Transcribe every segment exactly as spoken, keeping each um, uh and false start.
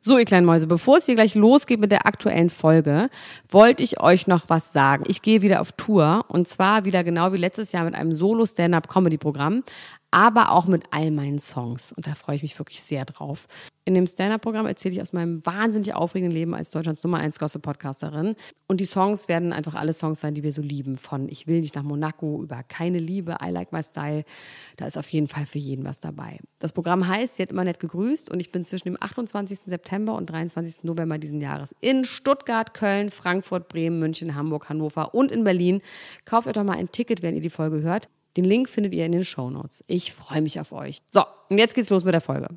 So, ihr kleinen Mäuse, bevor es hier gleich losgeht mit der aktuellen Folge, wollte ich euch noch was sagen. Ich gehe wieder auf Tour und zwar wieder genau wie letztes Jahr mit einem Solo-Stand-Up-Comedy-Programm, aber auch mit all meinen Songs. Und da freue ich mich wirklich sehr drauf. In dem Stand-Up-Programm erzähle ich aus meinem wahnsinnig aufregenden Leben als Deutschlands Nummer eins Gossip-Podcasterin. Und die Songs werden einfach alle Songs sein, die wir so lieben. Von Ich will nicht nach Monaco über Keine Liebe, I Like My Style. Da ist auf jeden Fall für jeden was dabei. Das Programm heißt, Sie hat immer nett gegrüßt und ich bin zwischen dem achtundzwanzigsten September und dreiundzwanzigsten November diesen Jahres in Stuttgart, Köln, Frankfurt, Bremen, München, Hamburg, Hannover und in Berlin. Kauft euch doch mal ein Ticket, wenn ihr die Folge hört. Den Link findet ihr in den Shownotes. Ich freue mich auf euch. So, und jetzt geht's los mit der Folge.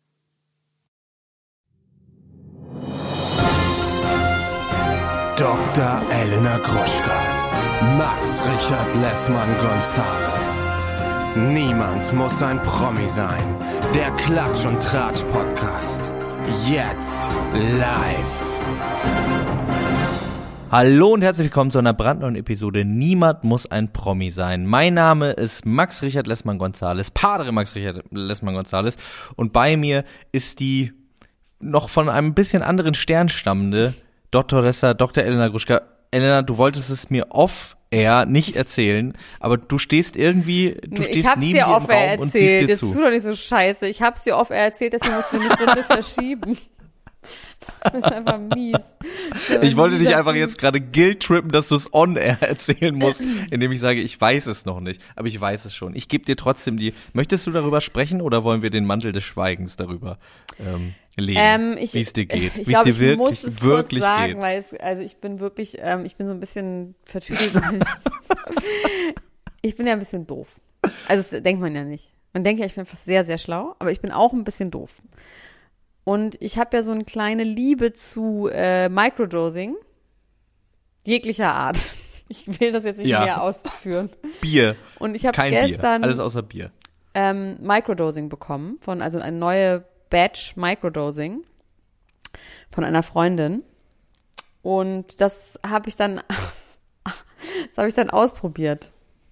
Doktor Elena Gruschka, Max Richard Lessmann-Gonzales. Niemand muss ein Promi sein. Der Klatsch- und Tratsch-Podcast. Jetzt live. Hallo und herzlich willkommen zu einer brandneuen Episode Niemand muss ein Promi sein. Mein Name ist Max Richard Lessmann-Gonzales, Padre Max Richard Lessmann-Gonzales und bei mir ist die noch von einem bisschen anderen Stern stammende Doktoressa Doktor Elena Gruschka. Elena, du wolltest es mir off-air nicht erzählen, aber du stehst irgendwie, du nee, stehst neben mir im Raum erzählt. und siehst dir Jetzt zu. Jetzt tu doch nicht so scheiße. Ich hab's dir off-air erzählt, deswegen musst du mir eine Stunde verschieben. Das ist einfach mies. Ich wollte dich einfach jetzt gerade guilt-trippen, dass du es on-air erzählen musst, indem ich sage, ich weiß es noch nicht, aber ich weiß es schon. Ich gebe dir trotzdem die, möchtest du darüber sprechen oder wollen wir den Mantel des Schweigens darüber ähm, legen, ähm, wie es dir geht, wie es dir ich wirklich, muss es wirklich kurz sagen, geht. Weil es, also ich bin wirklich, ähm, ich bin so ein bisschen vertüdelt. Ich bin ja ein bisschen doof. Also das denkt man ja nicht. Man denkt ja, ich bin fast sehr, sehr schlau, aber ich bin auch ein bisschen doof. Und ich habe ja so eine kleine Liebe zu äh, Microdosing jeglicher Art. Ich will das jetzt nicht Ja. mehr ausführen. Bier, Und ich habe kein gestern Bier, alles außer Bier. ähm, Microdosing bekommen, von also eine neue Batch Microdosing von einer Freundin. Und das habe ich dann, das habe ich dann ausprobiert.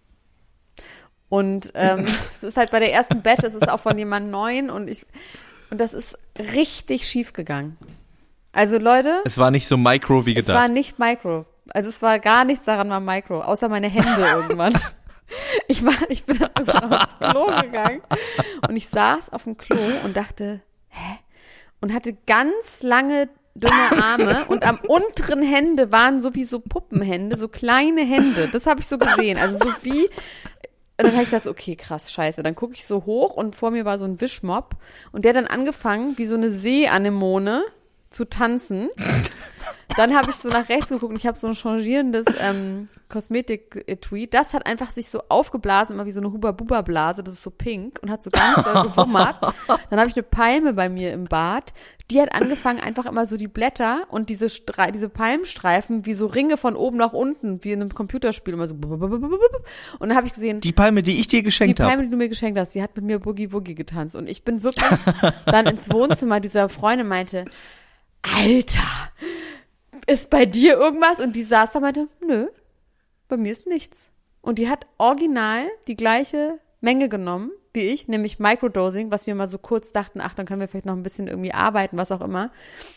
Und ähm, es ist halt bei der ersten Batch, es ist auch von jemandem neuen und ich und das ist richtig schief gegangen. Also Leute, Es war nicht so micro wie es gedacht. war nicht Micro. Also es war gar nichts daran war Micro, außer meine Hände irgendwann. Ich war, ich bin irgendwann aufs Klo gegangen und ich saß auf dem Klo und dachte, hä? Und hatte ganz lange dünne Arme und am unteren Hände waren so wie so Puppenhände, so kleine Hände. Das habe ich so gesehen. Also so wie Und dann habe ich gesagt, okay, krass, scheiße. Dann gucke ich so hoch und vor mir war so ein Wischmopp und der hat dann angefangen, wie so eine Seeanemone zu tanzen. Dann habe ich so nach rechts geguckt und ich habe so ein changierendes ähm, Kosmetik-Etui. Das hat einfach sich so aufgeblasen, immer wie so eine Huba-Buba-Blase. Das ist so pink und hat so ganz doll gewummert. Dann habe ich eine Palme bei mir im Bad. Die hat angefangen, einfach immer so die Blätter und diese Stre- diese Palmstreifen wie so Ringe von oben nach unten, wie in einem Computerspiel, immer so. Und dann habe ich gesehen, Die Palme, die ich dir die geschenkt Palme, habe. die du mir geschenkt hast, die hat mit mir Boogie Woogie getanzt. Und ich bin wirklich dann ins Wohnzimmer dieser Freundin meinte, Alter, ist bei dir irgendwas? Und die saß da und meinte, nö, bei mir ist nichts. Und die hat original die gleiche Menge genommen wie ich, nämlich Microdosing, was wir mal so kurz dachten, ach, dann können wir vielleicht noch ein bisschen irgendwie arbeiten, was auch immer.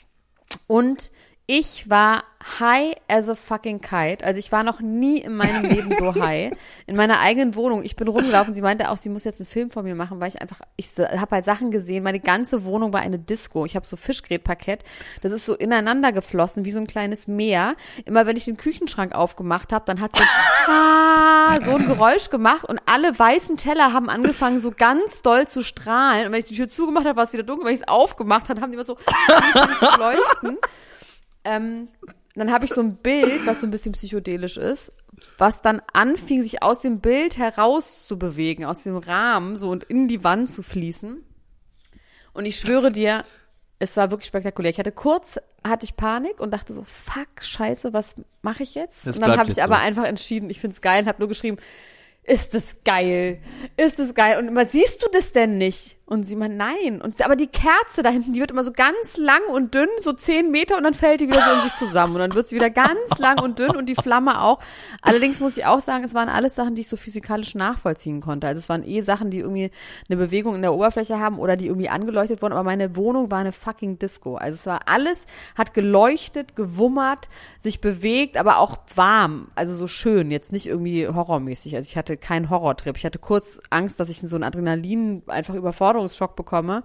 Und ich war high as a fucking kite. Also ich war noch nie in meinem Leben so high. In meiner eigenen Wohnung. Ich bin rumgelaufen. Sie meinte auch, sie muss jetzt einen Film von mir machen, weil ich einfach, ich habe halt Sachen gesehen. Meine ganze Wohnung war eine Disco. Ich habe so Fischgrätparkett. Das ist so ineinander geflossen, wie so ein kleines Meer. Immer wenn ich den Küchenschrank aufgemacht habe, dann hat so, ah, so ein Geräusch gemacht und alle weißen Teller haben angefangen, so ganz doll zu strahlen. Und wenn ich die Tür zugemacht habe, war es wieder dunkel. Wenn ich es aufgemacht habe, haben die immer so zu leuchten. Ähm, dann habe ich so ein Bild, was so ein bisschen psychedelisch ist, was dann anfing, sich aus dem Bild heraus zu bewegen, aus dem Rahmen so und in die Wand zu fließen. Und ich schwöre dir, es war wirklich spektakulär. Ich hatte kurz, hatte ich Panik und dachte so, fuck, scheiße, was mache ich jetzt? Das und dann bleibt habe ich jetzt aber so. einfach entschieden, ich finde es geil und habe nur geschrieben, ist das geil, ist das geil. Und immer, siehst du das denn nicht? Und sie meint, nein. Und, aber die Kerze da hinten, die wird immer so ganz lang und dünn, so zehn Meter und dann fällt die wieder so in sich zusammen. Und dann wird sie wieder ganz lang und dünn und die Flamme auch. Allerdings muss ich auch sagen, es waren alles Sachen, die ich so physikalisch nachvollziehen konnte. Also es waren eh Sachen, die irgendwie eine Bewegung in der Oberfläche haben oder die irgendwie angeleuchtet wurden. Aber meine Wohnung war eine fucking Disco. Also es war alles, hat geleuchtet, gewummert, sich bewegt, aber auch warm. Also so schön, jetzt nicht irgendwie horrormäßig. Also ich hatte keinen Horrortrip. Ich hatte kurz Angst, dass ich so einen Adrenalin einfach Überforderungsschock bekomme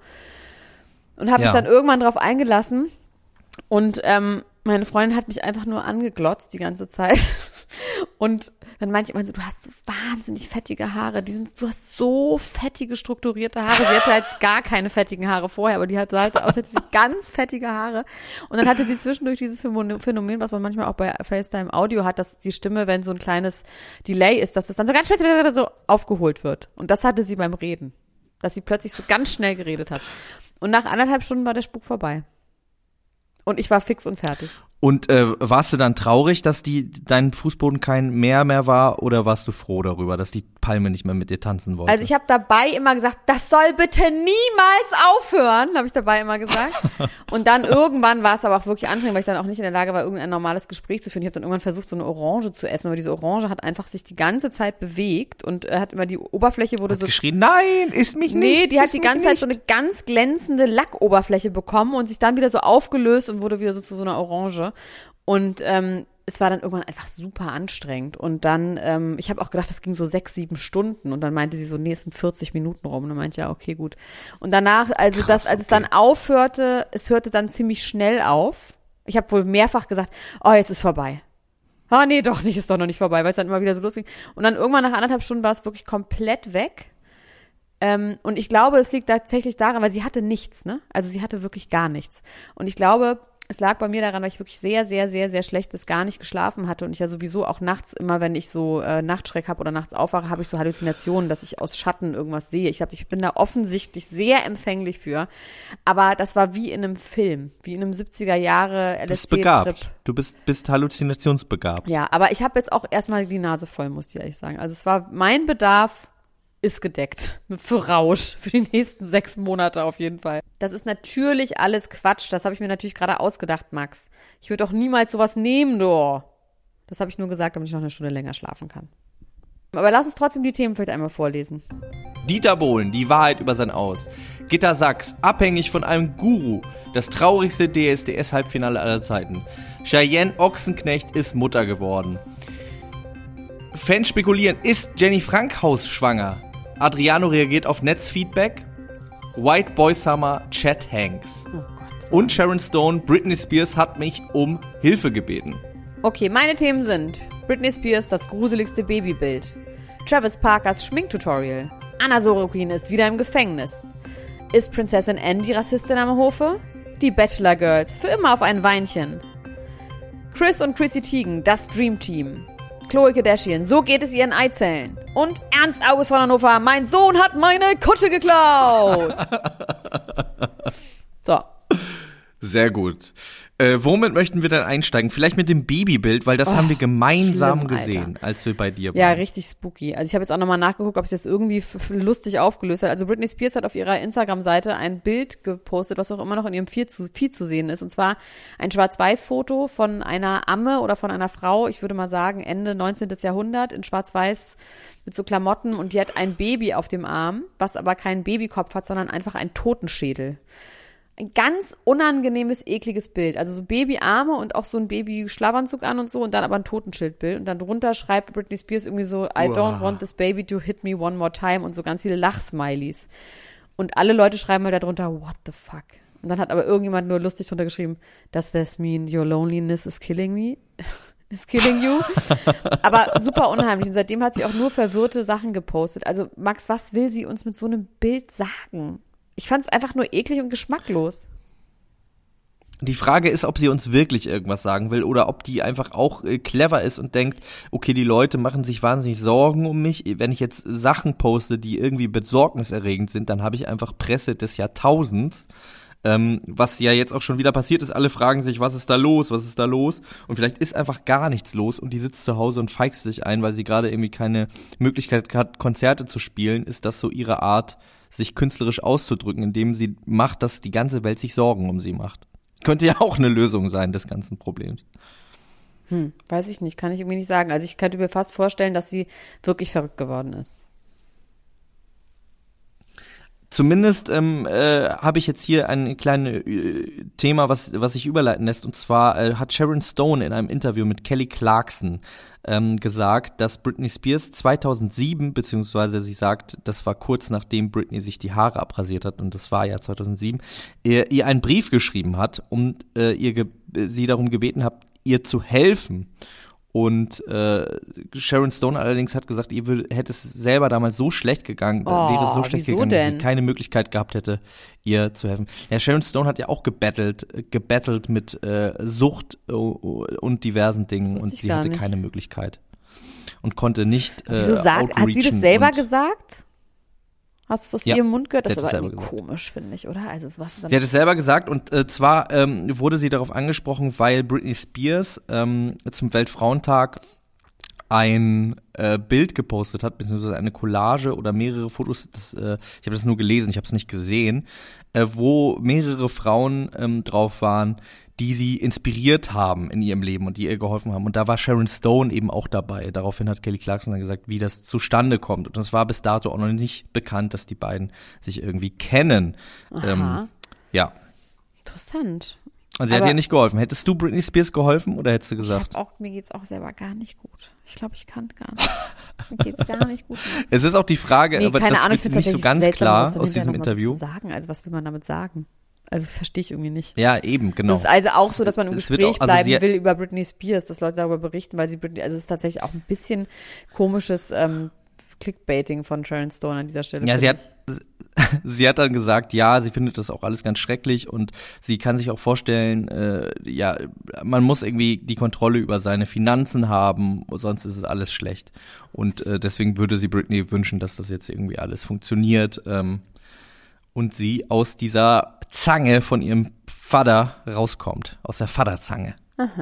und habe Ja. mich dann irgendwann drauf eingelassen und ähm, meine Freundin hat mich einfach nur angeglotzt die ganze Zeit und dann meinte ich immer so, du hast so wahnsinnig fettige Haare, die sind, du hast so fettige, strukturierte Haare. Sie hatte halt gar keine fettigen Haare vorher, aber die hatte halt aus, hätte sie ganz fettige Haare. Und dann hatte sie zwischendurch dieses Phänomen, was man manchmal auch bei FaceTime Audio hat, dass die Stimme, wenn so ein kleines Delay ist, dass das dann so ganz schnell so aufgeholt wird. Und das hatte sie beim Reden, dass sie plötzlich so ganz schnell geredet hat. Und nach anderthalb Stunden war der Spuk vorbei. Und ich war fix und fertig. Und äh, warst du dann traurig, dass die dein Fußboden kein Meer mehr war, oder warst du froh darüber, dass die Palme nicht mehr mit dir tanzen wollte? Also ich habe dabei immer gesagt, das soll bitte niemals aufhören, habe ich dabei immer gesagt. Und dann irgendwann war es aber auch wirklich anstrengend, weil ich dann auch nicht in der Lage war, irgendein normales Gespräch zu führen. Ich habe dann irgendwann versucht, so eine Orange zu essen, aber diese Orange hat einfach sich die ganze Zeit bewegt und äh, hat immer die Oberfläche wurde hat so geschrien, nein, isst mich nicht. Nee, die hat iss die mich ganze Zeit nicht. so eine ganz glänzende Lackoberfläche bekommen und sich dann wieder so aufgelöst und wurde wieder so zu so einer Orange. Und ähm, es war dann irgendwann einfach super anstrengend. Und dann, ähm, ich habe auch gedacht, das ging so sechs, sieben Stunden. Und dann meinte sie so, nee, es sind vierzig Minuten rum. Und dann meinte ich, ja, okay, gut. Und danach, also Krass, das, als es okay. dann aufhörte, es hörte dann ziemlich schnell auf. Ich habe wohl mehrfach gesagt, oh, jetzt ist vorbei. Ah, nee, doch nicht, ist doch noch nicht vorbei, weil es dann immer wieder so losging. Und dann irgendwann nach anderthalb Stunden war es wirklich komplett weg. Ähm, und ich glaube, es liegt tatsächlich daran, weil sie hatte nichts, ne? Also sie hatte wirklich gar nichts. Und ich glaube, es lag bei mir daran, weil ich wirklich sehr, sehr, sehr, sehr schlecht bis gar nicht geschlafen hatte und ich ja sowieso auch nachts immer, wenn ich so äh, Nachtschreck habe oder nachts aufwache, habe ich so Halluzinationen, dass ich aus Schatten irgendwas sehe. Ich glaube, ich bin da offensichtlich sehr empfänglich für, aber das war wie in einem Film, wie in einem siebziger Jahre Du bist L S D-Trip. begabt. Du bist, bist halluzinationsbegabt. Ja, aber ich habe jetzt auch erstmal die Nase voll, muss ich ehrlich sagen. Also es war, mein Bedarf ist gedeckt. Für Rausch. Für die nächsten sechs Monate auf jeden Fall. Das ist natürlich alles Quatsch. Das habe ich mir natürlich gerade ausgedacht, Max. Ich würde doch niemals sowas nehmen, du. Das habe ich nur gesagt, damit ich noch eine Stunde länger schlafen kann. Aber lass uns trotzdem die Themen vielleicht einmal vorlesen. Dieter Bohlen, die Wahrheit über sein Aus. Gitta Sachs, abhängig von einem Guru. Das traurigste D S D S-Halbfinale aller Zeiten. Cheyenne Ochsenknecht ist Mutter geworden. Fans spekulieren, ist Jenny Frankhaus schwanger? Adriano reagiert auf Netzfeedback. White Boy Summer, Chet Hanks. Oh Gott. Und Sharon Stone, Britney Spears hat mich um Hilfe gebeten. Okay, meine Themen sind Britney Spears, das gruseligste Babybild. Travis Parkers Schminktutorial. Anna Sorokin ist wieder im Gefängnis. Ist Prinzessin Anne die Rassistin am Hofe? Die Bachelor Girls, für immer auf ein Weinchen. Chris und Chrissy Teigen, das Dream Team. Khloe Kardashian, so geht es ihren Eizellen. Und Ernst August von Hannover, mein Sohn hat meine Kutsche geklaut. So. Sehr gut. Äh, womit möchten wir dann einsteigen? Vielleicht mit dem Babybild, weil das Oh, haben wir gemeinsam schlimm, gesehen, als wir bei dir waren. Ja, richtig spooky. Also ich habe jetzt auch nochmal nachgeguckt, ob sich das irgendwie f- f- lustig aufgelöst hat. Also Britney Spears hat auf ihrer Instagram-Seite ein Bild gepostet, was auch immer noch in ihrem Feed zu, Feed zu sehen ist. Und zwar ein Schwarz-Weiß-Foto von einer Amme oder von einer Frau, ich würde mal sagen Ende neunzehnten. Jahrhundert, in Schwarz-Weiß mit so Klamotten. Und die hat ein Baby auf dem Arm, was aber keinen Babykopf hat, sondern einfach einen Totenschädel. Ein ganz unangenehmes, ekliges Bild. Also so Babyarme und auch so ein Baby-Schlafanzug an und so und dann aber ein Totenschildbild. Und dann drunter schreibt Britney Spears irgendwie so, I don't want this baby to hit me one more time und so ganz viele Lachsmileys. Und alle Leute schreiben halt darunter, what the fuck? Und dann hat aber irgendjemand nur lustig drunter geschrieben, does this mean your loneliness is killing me? Is killing you? Aber super unheimlich. Und seitdem hat sie auch nur verwirrte Sachen gepostet. Also Max, was will sie uns mit so einem Bild sagen? Ich fand es einfach nur eklig und geschmacklos. Die Frage ist, ob sie uns wirklich irgendwas sagen will oder ob die einfach auch äh, clever ist und denkt, okay, die Leute machen sich wahnsinnig Sorgen um mich. Wenn ich jetzt Sachen poste, die irgendwie besorgniserregend sind, dann habe ich einfach Presse des Jahrtausends. Ähm, was ja jetzt auch schon wieder passiert ist, alle fragen sich, was ist da los, was ist da los? Und vielleicht ist einfach gar nichts los und die sitzt zu Hause und feixt sich ein, weil sie gerade irgendwie keine Möglichkeit hat, Konzerte zu spielen. Ist das so ihre Art, sich künstlerisch auszudrücken, indem sie macht, dass die ganze Welt sich Sorgen um sie macht? Könnte ja auch eine Lösung sein des ganzen Problems. Hm, weiß ich nicht, kann ich irgendwie nicht sagen. Also ich könnte mir fast vorstellen, dass sie wirklich verrückt geworden ist. Zumindest ähm, äh, habe ich jetzt hier ein kleines äh, Thema, was, was sich überleiten lässt. Und zwar äh, hat Sharon Stone in einem Interview mit Kelly Clarkson ähm, gesagt, dass Britney Spears zweitausendsieben, beziehungsweise sie sagt, das war kurz nachdem Britney sich die Haare abrasiert hat, und das war ja zweitausendsieben, ihr, ihr einen Brief geschrieben hat und äh, ihr ge- sie darum gebeten hat, ihr zu helfen. Und äh, Sharon Stone allerdings hat gesagt, ihr würde, hätte es selber damals so schlecht gegangen, Oh, wäre es so schlecht wieso gegangen, dass denn? sie keine Möglichkeit gehabt hätte, ihr zu helfen. Ja, Sharon Stone hat ja auch gebettelt, äh, gebettelt mit äh, Sucht äh, und diversen Dingen Wusste und ich sie gar hatte nicht. keine Möglichkeit und konnte nicht äh, Wieso sagt, hat sie das outreachen selber und- gesagt? Hast du es aus Ja, ihrem Mund gehört? Das sie ist hat aber es selber irgendwie gesagt. komisch, finde ich, oder? Also was ist dann Sie hat es selber gesagt und äh, zwar ähm, wurde sie darauf angesprochen, weil Britney Spears ähm, zum Weltfrauentag ein äh, Bild gepostet hat, beziehungsweise eine Collage oder mehrere Fotos, das, äh, ich habe das nur gelesen, ich habe es nicht gesehen, äh, wo mehrere Frauen ähm, drauf waren, die sie inspiriert haben in ihrem Leben und die ihr geholfen haben. Und da war Sharon Stone eben auch dabei. Daraufhin hat Kelly Clarkson dann gesagt, wie das zustande kommt. Und es war bis dato auch noch nicht bekannt, dass die beiden sich irgendwie kennen. Aha. Ähm, ja. Interessant. Also sie hat Aber- ihr nicht geholfen. Hättest du Britney Spears geholfen oder hättest du Ich gesagt? hab auch, mir geht's auch selber gar nicht gut. Ich glaube, ich kann gar nicht. Mir geht's gar nicht gut. Max. Es ist auch die Frage, Nee, aber keine das Ahnung, ich wird finde nicht so tatsächlich ganz seltsam, klar was dann aus hinterher diesem noch was Interview. zu sagen. Also was will man damit sagen? Also verstehe ich irgendwie nicht. Ja, eben, genau. Das ist also auch so, dass man im Es wird Gespräch auch- also bleiben sie- will über Britney Spears, dass Leute darüber berichten, weil sie Britney, also es ist tatsächlich auch ein bisschen komisches ähm, Clickbaiting von Sharon Stone an dieser Stelle. Ja, sie finde hat, sie hat dann gesagt, ja, sie findet das auch alles ganz schrecklich und sie kann sich auch vorstellen, äh, ja, man muss irgendwie die Kontrolle über seine Finanzen haben, sonst ist es alles schlecht. Und äh, deswegen würde sie Britney wünschen, dass das jetzt irgendwie alles funktioniert ähm, und sie aus dieser Zange von ihrem Vater rauskommt, aus der Vaterzange.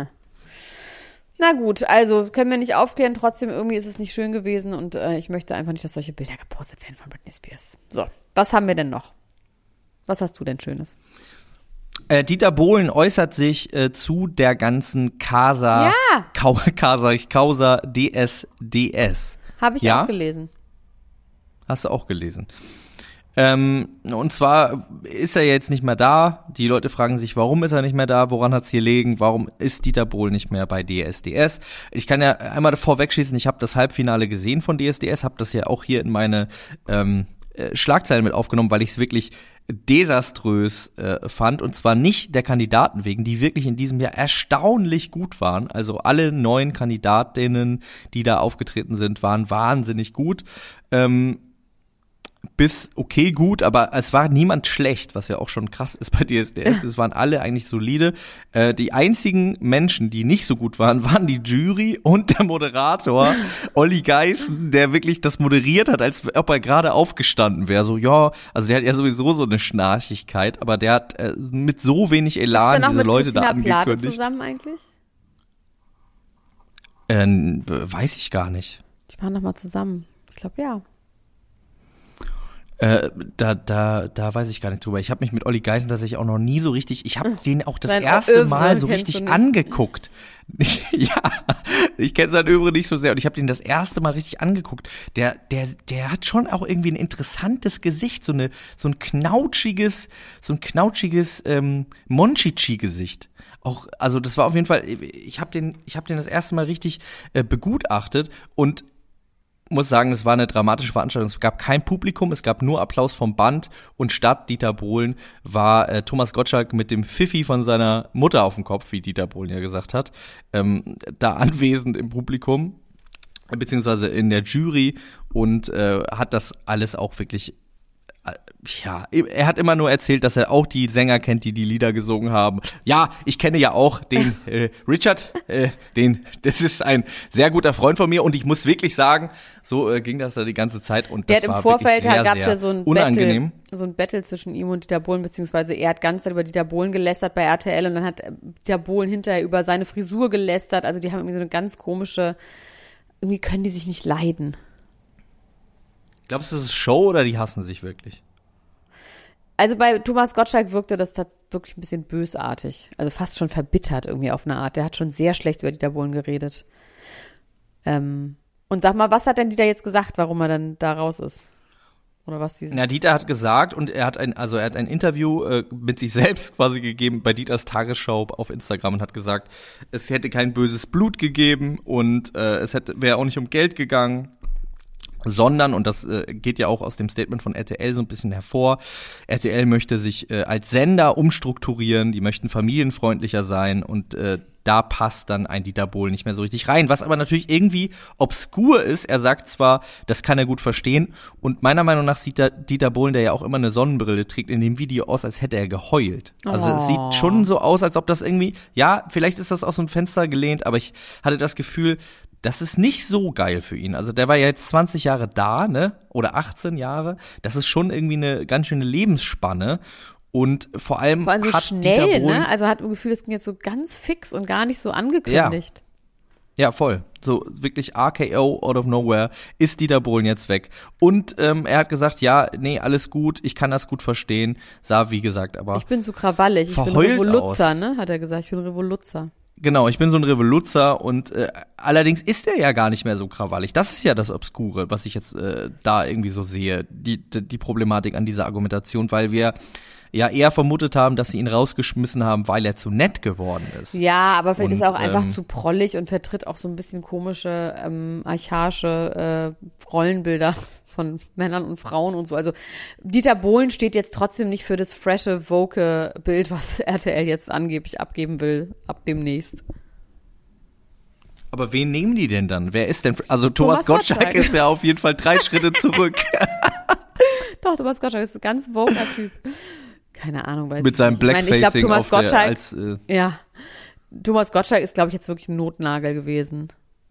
Na gut, also können wir nicht aufklären, trotzdem irgendwie ist es nicht schön gewesen und äh, ich möchte einfach nicht, dass solche Bilder gepostet werden von Britney Spears. So, was haben wir denn noch? Was hast du denn Schönes? Äh, Dieter Bohlen äußert sich äh, zu der ganzen Casa, Ja. Kau, Casa, Causa D S D S. Habe ich Ja? auch gelesen. Hast du auch gelesen. Ähm, und zwar ist er jetzt nicht mehr da. Die Leute fragen sich, warum ist er nicht mehr da? Woran hat's hier liegen? Warum ist Dieter Bohlen nicht mehr bei D S D S? Ich kann ja einmal vorweg schießen, ich habe das Halbfinale gesehen von D S D S, habe das ja auch hier in meine ähm, äh, Schlagzeilen mit aufgenommen, weil ich es wirklich desaströs äh, fand. Und zwar nicht der Kandidaten wegen, die wirklich in diesem Jahr erstaunlich gut waren. Also alle neun Kandidatinnen, die da aufgetreten sind, waren wahnsinnig gut. Ähm, bis okay gut, aber es war niemand schlecht, was ja auch schon krass ist bei D S D S. Es waren alle eigentlich solide. Äh, die einzigen Menschen, die nicht so gut waren, waren die Jury und der Moderator Olli Geißen, der wirklich das moderiert hat, als ob er gerade aufgestanden wäre. So, ja, also der hat ja sowieso so eine Schnarchigkeit, aber der hat äh, mit so wenig Ist Elan dann auch diese mit Leute da Christina Plate angekündigt. zusammen eigentlich? Äh, weiß ich gar nicht. Die waren doch mal zusammen. Ich glaube, ja. Äh, da, da, da weiß ich gar nicht drüber. Ich habe mich mit Olli Geißen tatsächlich auch noch nie so richtig, ich habe den auch das Sein erste Oeuvre Mal so kennst du richtig nicht. angeguckt. Ja, ich kenne sein Övre nicht so sehr und ich habe den das erste Mal richtig angeguckt. Der, der, der hat schon auch irgendwie ein interessantes Gesicht, so eine, so ein knautschiges, so ein knautschiges ähm, Monchichi-Gesicht. Auch, also das war auf jeden Fall, ich habe den, ich habe den das erste Mal richtig äh, begutachtet und muss sagen, es war eine dramatische Veranstaltung. Es gab kein Publikum, es gab nur Applaus vom Band und statt Dieter Bohlen war äh, Thomas Gottschalk mit dem Pfiffi von seiner Mutter auf dem Kopf, wie Dieter Bohlen ja gesagt hat, ähm, da anwesend im Publikum, beziehungsweise in der Jury und äh, hat das alles auch wirklich ja, er hat immer nur erzählt, dass er auch die Sänger kennt, die die Lieder gesungen haben. Ja, ich kenne ja auch den äh, Richard, äh, den, das ist ein sehr guter Freund von mir und ich muss wirklich sagen, so äh, ging das da die ganze Zeit und Der das hat im war Vorfeld wirklich sehr, gab es sehr ja so ein unangenehm. Battle, so ein Battle zwischen ihm und Dieter Bohlen, beziehungsweise er hat ganz über Dieter Bohlen gelästert bei R T L und dann hat Dieter Bohlen hinterher über seine Frisur gelästert. Also die haben irgendwie so eine ganz komische, irgendwie können die sich nicht leiden. Glaubst du, das ist Show oder die hassen sich wirklich? Also bei Thomas Gottschalk wirkte das wirklich ein bisschen bösartig. Also fast schon verbittert irgendwie auf eine Art. Der hat schon sehr schlecht über Dieter Bohlen geredet. Ähm, und sag mal, was hat denn Dieter jetzt gesagt, warum er dann da raus ist? Oder was sie Na, Dieter hat gesagt und er hat ein, also er hat ein Interview äh, mit sich selbst quasi gegeben bei Dieters Tagesschau auf Instagram und hat gesagt, es hätte kein böses Blut gegeben und äh, es hätte wäre auch nicht um Geld gegangen. Sondern, und das äh, geht ja auch aus dem Statement von R T L so ein bisschen hervor, R T L möchte sich äh, als Sender umstrukturieren, die möchten familienfreundlicher sein und äh, da passt dann ein Dieter Bohlen nicht mehr so richtig rein, was aber natürlich irgendwie obskur ist. Er sagt zwar, das kann er gut verstehen und meiner Meinung nach sieht der Dieter Bohlen, der ja auch immer eine Sonnenbrille trägt, in dem Video aus, als hätte er geheult. Also Oh. es sieht schon so aus, als ob das irgendwie, ja, vielleicht ist das aus dem Fenster gelehnt, aber ich hatte das Gefühl, das ist nicht so geil für ihn. Also der war ja jetzt zwanzig Jahre da, ne? Oder achtzehn Jahre. Das ist schon irgendwie eine ganz schöne Lebensspanne. Und vor allem Vor allem so hat schnell, Dieter Bohlen, ne? Also hat ein Gefühl, es ging jetzt so ganz fix und gar nicht so angekündigt. Ja, voll. So wirklich R K O out of nowhere ist Dieter Bohlen jetzt weg. Und ähm, er hat gesagt, ja, nee, alles gut, ich kann das gut verstehen. Sah, wie gesagt, aber Ich bin zu krawallig, ich bin verheult Revoluzzer, aus. ne? Hat er gesagt, ich bin Revoluzzer. Genau, ich bin so ein Revoluzzer und äh, allerdings ist er ja gar nicht mehr so krawallig. Das ist ja das Obskure, was ich jetzt äh, da irgendwie so sehe, die, die die Problematik an dieser Argumentation, weil wir ja eher vermutet haben, dass sie ihn rausgeschmissen haben, weil er zu nett geworden ist. Ja, aber vielleicht Und, ist er auch einfach ähm, zu prollig und vertritt auch so ein bisschen komische, ähm, archaische äh, Rollenbilder von Männern und Frauen und so. Also Dieter Bohlen steht jetzt trotzdem nicht für das frische, woke Bild, was R T L jetzt angeblich abgeben will, ab demnächst. Aber wen nehmen die denn dann? Wer ist denn? Also Thomas, Thomas Gottschalk, Gottschalk. ist ja auf jeden Fall drei Schritte zurück. Doch, Thomas Gottschalk ist ein ganz woker Typ. Keine Ahnung, weiß Mit ich seinem nicht. Ich meine, ich Blackfacing glaube, Thomas auf der, Gottschalk, als äh, ja, Thomas Gottschalk ist, glaube ich, jetzt wirklich ein Notnagel gewesen.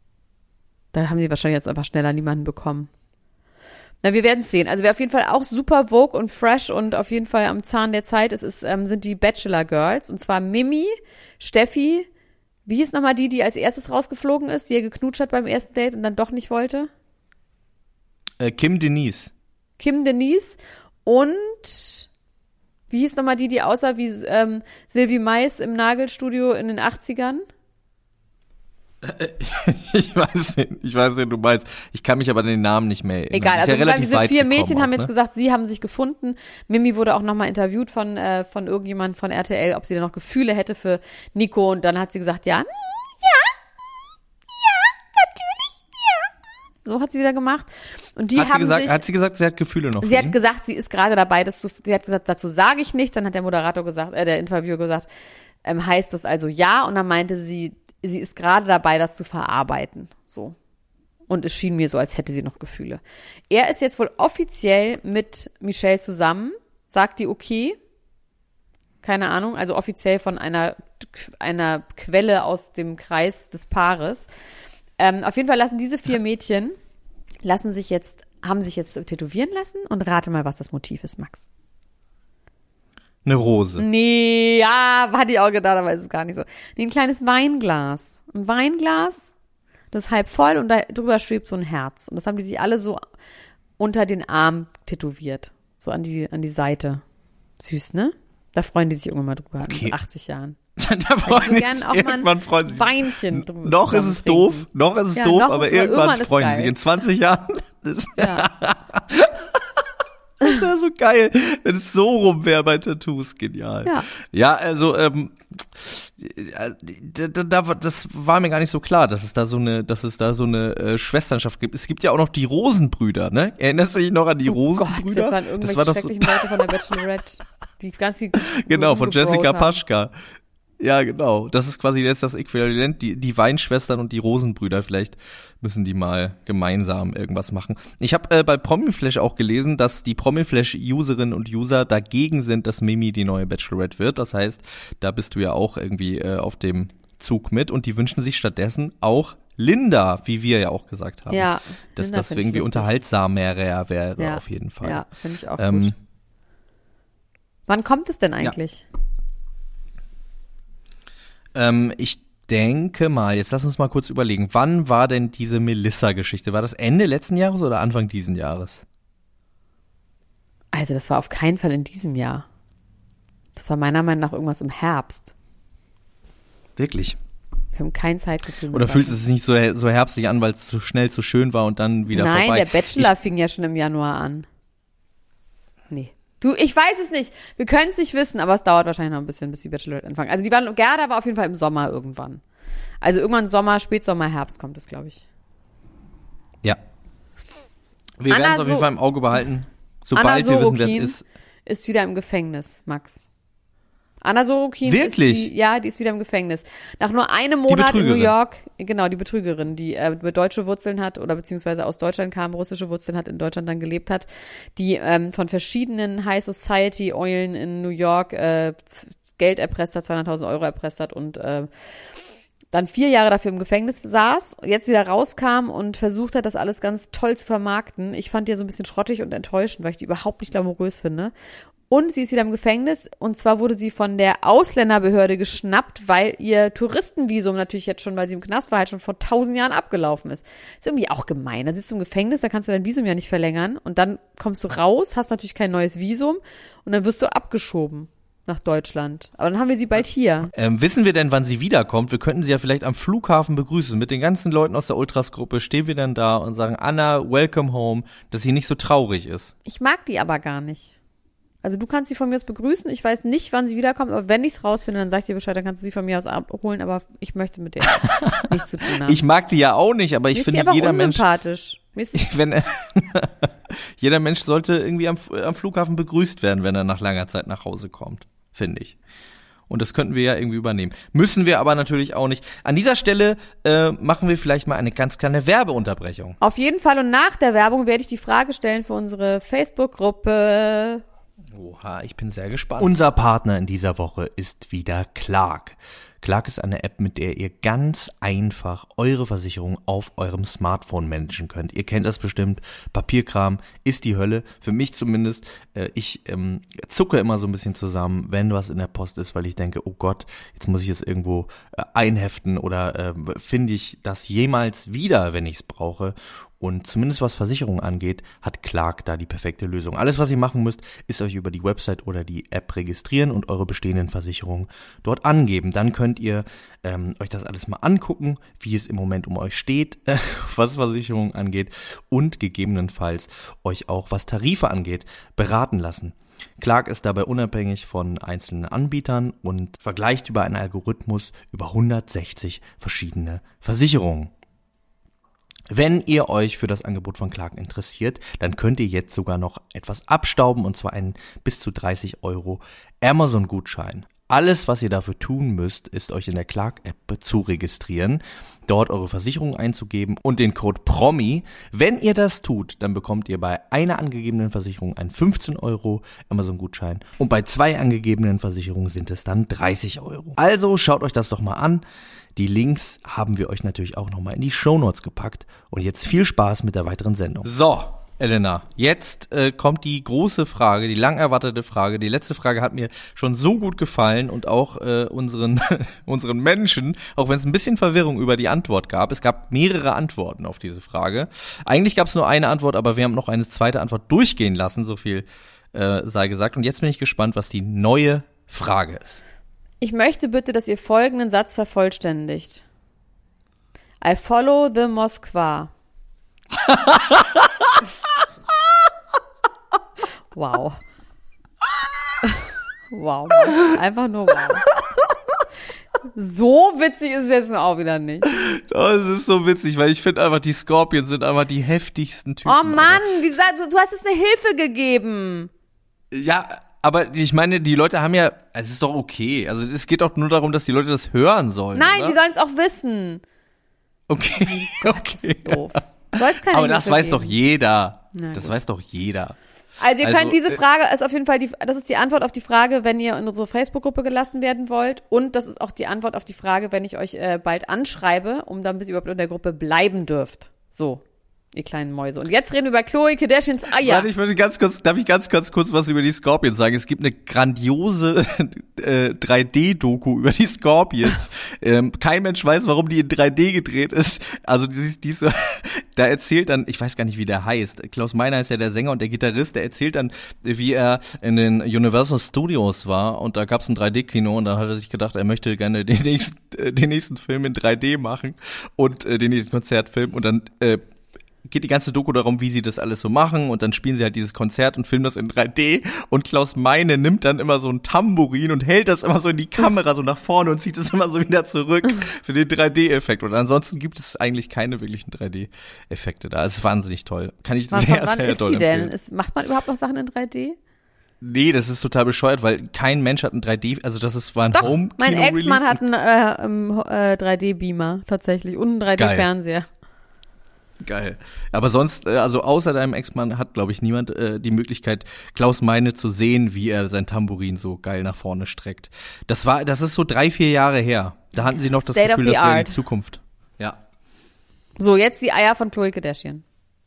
Da haben die wahrscheinlich jetzt einfach schneller niemanden bekommen. Na, wir werden es sehen. Also wer auf jeden Fall auch super vogue und fresh und auf jeden Fall am Zahn der Zeit ist, ist ähm, sind die Bachelor Girls. Und zwar Mimi, Steffi, wie hieß nochmal die, die als erstes rausgeflogen ist, die er geknutscht hat beim ersten Date und dann doch nicht wollte? äh, Kim Denise. Kim Denise und wie hieß nochmal die, die aussah wie ähm, Sylvie Mais im Nagelstudio in den achtzigern? Ich weiß nicht, ich weiß nicht, du meinst. Ich kann mich aber an den Namen nicht mehr erinnern. Egal, Ist also ja relativ diese weit vier gekommen Mädchen auch, haben ne? jetzt gesagt, sie haben sich gefunden. Mimi wurde auch nochmal interviewt von äh, von irgendjemandem von R T L, ob sie da noch Gefühle hätte für Nico. Und dann hat sie gesagt, ja, mm, ja, mm, ja, natürlich, ja. So hat sie wieder gemacht. Und die hat, sie haben gesagt, sich, hat sie gesagt, sie hat Gefühle noch sie für hat ihn? gesagt, sie ist gerade dabei, das zu, sie hat gesagt, dazu sage ich nichts. Dann hat der Moderator gesagt, äh, der Interviewer gesagt, ähm, heißt das also ja? Und dann meinte sie, sie ist gerade dabei, das zu verarbeiten. So. Und es schien mir so, als hätte sie noch Gefühle. Er ist jetzt wohl offiziell mit Michelle zusammen. Sagt die okay? Keine Ahnung. Also offiziell von einer, einer Quelle aus dem Kreis des Paares. Ähm, auf jeden Fall lassen diese vier Mädchen, lassen sich jetzt, haben sich jetzt tätowieren lassen. Und rate mal, was das Motiv ist, Max. Eine Rose. Nee, ja, hatte ich auch gedacht, aber ist es gar nicht so. Nee, ein kleines Weinglas. Ein Weinglas, das ist halb voll und da drüber schwebt so ein Herz. Und das haben die sich alle so unter den Arm tätowiert. So an die, an die Seite. Süß, ne? Da freuen die sich irgendwann mal drüber. Okay. Mit achtzig Jahren. Da freuen so die gern sich, auch mal ein irgendwann freuen sie sich. Weinchen drüber. Noch ist es doof, noch ist es Ja, doof, noch aber ist- irgendwann, irgendwann ist freuen geil. sie sich. In zwanzig Jahren. Ja. Das wäre so geil, wenn es so rum wäre bei Tattoos. Genial. Ja. Ja, also, ähm, da, da, das war mir gar nicht so klar, dass es da so eine, dass es da so eine äh, Schwesternschaft gibt. Es gibt ja auch noch die Rosenbrüder, ne? Erinnerst du dich noch an die Oh Gott, Rosenbrüder? das waren irgendwelche doch so, schrecklichen Leute von der Bachelorette, die ganz viel genau, von rumgebraut Jessica haben. Paschka. Ja, genau. Das ist quasi jetzt das Äquivalent, die, die Weinschwestern und die Rosenbrüder. Vielleicht müssen die mal gemeinsam irgendwas machen. Ich habe äh, bei Promiflash auch gelesen, dass die Promiflash-Userinnen und User dagegen sind, dass Mimi die neue Bachelorette wird. Das heißt, da bist du ja auch irgendwie äh, auf dem Zug mit. Und die wünschen sich stattdessen auch Linda, wie wir ja auch gesagt haben. Ja, dass Linda das irgendwie unterhaltsamer wäre ja, auf jeden Fall. Ja, finde ich auch ähm, gut. Wann kommt es denn eigentlich? Ja. Ähm, ich denke mal, jetzt lass uns mal kurz überlegen, wann war denn diese Melissa-Geschichte? War das Ende letzten Jahres oder Anfang diesen Jahres? Also das war auf keinen Fall in diesem Jahr. Das war meiner Meinung nach irgendwas im Herbst. Wirklich? Wir haben kein Zeitgefühl mehr. Oder fühlt es sich nicht so, so herbstlich an, weil es so schnell zu schön war und dann wieder Nein, vorbei? Nein, der Bachelor ich, fing ja schon im Januar an. Nee. Du, ich weiß es nicht. Wir können es nicht wissen, aber es dauert wahrscheinlich noch ein bisschen, bis die Bachelorette anfangen. Also die waren, Gerda war auf jeden Fall im Sommer irgendwann. Also irgendwann Sommer, Spätsommer, Herbst kommt es, glaube ich. Ja. Wir werden es auf jeden Fall im Auge behalten, sobald Anna wir wissen, wer Sorokin es ist. ist wieder im Gefängnis, Max. Anna Sorokin Wirklich? ist die, ja, die ist wieder im Gefängnis. Nach nur einem Monat in New York, genau, die Betrügerin, die äh, deutsche Wurzeln hat oder beziehungsweise aus Deutschland kam, russische Wurzeln hat, in Deutschland dann gelebt hat, die ähm, von verschiedenen High Society Eulen in New York äh, Geld erpresst hat, zweihunderttausend Euro erpresst hat und äh, dann vier Jahre dafür im Gefängnis saß, jetzt wieder rauskam und versucht hat, das alles ganz toll zu vermarkten. Ich fand die ja so ein bisschen schrottig und enttäuschend, weil ich die überhaupt nicht glamourös finde. Und sie ist wieder im Gefängnis und zwar wurde sie von der Ausländerbehörde geschnappt, weil ihr Touristenvisum natürlich jetzt schon, weil sie im Knast war, halt schon vor tausend Jahren abgelaufen ist. Ist irgendwie auch gemein. Da sitzt du im Gefängnis, da kannst du dein Visum ja nicht verlängern und dann kommst du raus, hast natürlich kein neues Visum und dann wirst du abgeschoben nach Deutschland. Aber dann haben wir sie bald hier. Ähm, wissen wir denn, wann sie wiederkommt? Wir könnten sie ja vielleicht am Flughafen begrüßen. Mit den ganzen Leuten aus der Ultras-Gruppe stehen wir dann da und sagen, Anna, welcome home, dass sie nicht so traurig ist. Ich mag die aber gar nicht. Also du kannst sie von mir aus begrüßen. Ich weiß nicht, wann sie wiederkommt, aber wenn ich es rausfinde, dann sag ich dir Bescheid, dann kannst du sie von mir aus abholen, aber ich möchte mit der nichts zu tun haben. Ich mag die ja auch nicht, aber ich mir finde, ist sie jeder aber Mensch, unsympathisch. Mir ist wenn jeder Mensch sollte irgendwie am, am Flughafen begrüßt werden, wenn er nach langer Zeit nach Hause kommt, finde ich. Und das könnten wir ja irgendwie übernehmen. Müssen wir aber natürlich auch nicht. An dieser Stelle äh, machen wir vielleicht mal eine ganz kleine Werbeunterbrechung. Auf jeden Fall und nach der Werbung werde ich die Frage stellen für unsere Facebook-Gruppe. Oha, ich bin sehr gespannt. Unser Partner in dieser Woche ist wieder Clark. Clark ist eine App, mit der ihr ganz einfach eure Versicherung auf eurem Smartphone managen könnt. Ihr kennt das bestimmt. Papierkram ist die Hölle. Für mich zumindest. Äh, ich ähm, zucke immer so ein bisschen zusammen, wenn was in der Post ist, weil ich denke, oh Gott, jetzt muss ich es irgendwo äh, einheften oder äh, finde ich das jemals wieder, wenn ich es brauche. Und zumindest was Versicherung angeht, hat Clark da die perfekte Lösung. Alles, was ihr machen müsst, ist euch über die Website oder die App registrieren und eure bestehenden Versicherungen dort angeben. Dann könnt ihr ähm, euch das alles mal angucken, wie es im Moment um euch steht, äh, was Versicherungen angeht und gegebenenfalls euch auch, was Tarife angeht, beraten lassen. Clark ist dabei unabhängig von einzelnen Anbietern und vergleicht über einen Algorithmus über hundertsechzig verschiedene Versicherungen. Wenn ihr euch für das Angebot von Clark interessiert, dann könnt ihr jetzt sogar noch etwas abstauben und zwar einen bis zu dreißig Euro Amazon-Gutschein. Alles, was ihr dafür tun müsst, ist euch in der Clark-App zu registrieren, dort eure Versicherung einzugeben und den Code PROMI. Wenn ihr das tut, dann bekommt ihr bei einer angegebenen Versicherung einen fünfzehn Euro Amazon-Gutschein und bei zwei angegebenen Versicherungen sind es dann dreißig Euro. Also schaut euch das doch mal an. Die Links haben wir euch natürlich auch nochmal in die Shownotes gepackt. Und jetzt viel Spaß mit der weiteren Sendung. So, Elena, jetzt äh, kommt die große Frage, die lang erwartete Frage. Die letzte Frage hat mir schon so gut gefallen und auch äh, unseren, unseren Menschen, auch wenn es ein bisschen Verwirrung über die Antwort gab. Es gab mehrere Antworten auf diese Frage. Eigentlich gab es nur eine Antwort, aber wir haben noch eine zweite Antwort durchgehen lassen, so viel äh, sei gesagt. Und jetzt bin ich gespannt, was die neue Frage ist. Ich möchte bitte, dass ihr folgenden Satz vervollständigt. I follow the Moskwa. Wow. Wow. Mann. Einfach nur wow. So witzig ist es jetzt nur auch wieder nicht. Das ist so witzig, weil ich finde einfach, die Scorpions sind einfach die heftigsten Typen. Oh Mann, wie gesagt, du, du hast es eine Hilfe gegeben. Ja, aber ich meine, die Leute haben ja, es ist doch okay. Also es geht doch nur darum, dass die Leute das hören sollen. Nein, oder? die sollen es auch wissen. Okay, Gott, okay. das ist doof. Soll's keine Aber das Hilfe weiß geben. doch jeder. Na das gut. weiß doch jeder. Also ihr Also, könnt diese äh, Frage, ist auf jeden Fall die, das ist die Antwort auf die Frage, wenn ihr in unsere Facebook-Gruppe gelassen werden wollt. Und das ist auch die Antwort auf die Frage, wenn ich euch äh, bald anschreibe, um dann bis ihr überhaupt in der Gruppe bleiben dürft. So, ihr kleinen Mäuse. Und jetzt reden wir über Khloe Kardashians Eier. Warte, ich würde ganz kurz, darf ich ganz, ganz kurz was über die Scorpions sagen? Es gibt eine grandiose äh, drei D-Doku über die Scorpions. ähm, kein Mensch weiß, warum die in drei D gedreht ist. Also die, die so, da erzählt dann, ich weiß gar nicht, wie der heißt. Klaus Meiner ist ja der Sänger und der Gitarrist, der erzählt dann, wie er in den Universal Studios war und da gab es ein drei D-Kino und dann hat er sich gedacht, er möchte gerne den nächsten, äh, den nächsten Film in drei D machen und äh, den nächsten Konzertfilm und dann äh, geht die ganze Doku darum, wie sie das alles so machen und dann spielen sie halt dieses Konzert und filmen das in drei D und Klaus Meine nimmt dann immer so ein Tambourin und hält das immer so in die Kamera so nach vorne und zieht es immer so wieder zurück für den drei D-Effekt und ansonsten gibt es eigentlich keine wirklichen drei D-Effekte da. Es ist wahnsinnig toll. Kann ich Wann, sehr, wann sehr ist doll die denn? empfehlen. Ist, macht man überhaupt noch Sachen in drei D? Nee, das ist total bescheuert, weil kein Mensch hat ein drei D, also das ist, war ein Doch, Home mein Kino Ex-Mann Release. hat einen äh, ähm, äh, drei D-Beamer tatsächlich und einen drei D-Fernseher. Geil. Aber sonst, äh, also außer deinem Ex-Mann hat, glaube ich, niemand äh, die Möglichkeit, Klaus Meine zu sehen, wie er sein Tambourin so geil nach vorne streckt. Das war, das ist so drei, vier Jahre her. Da hatten sie noch das State of Gefühl, the das wäre art. die Zukunft. Ja. So, jetzt die Eier von Khloe Kardashian.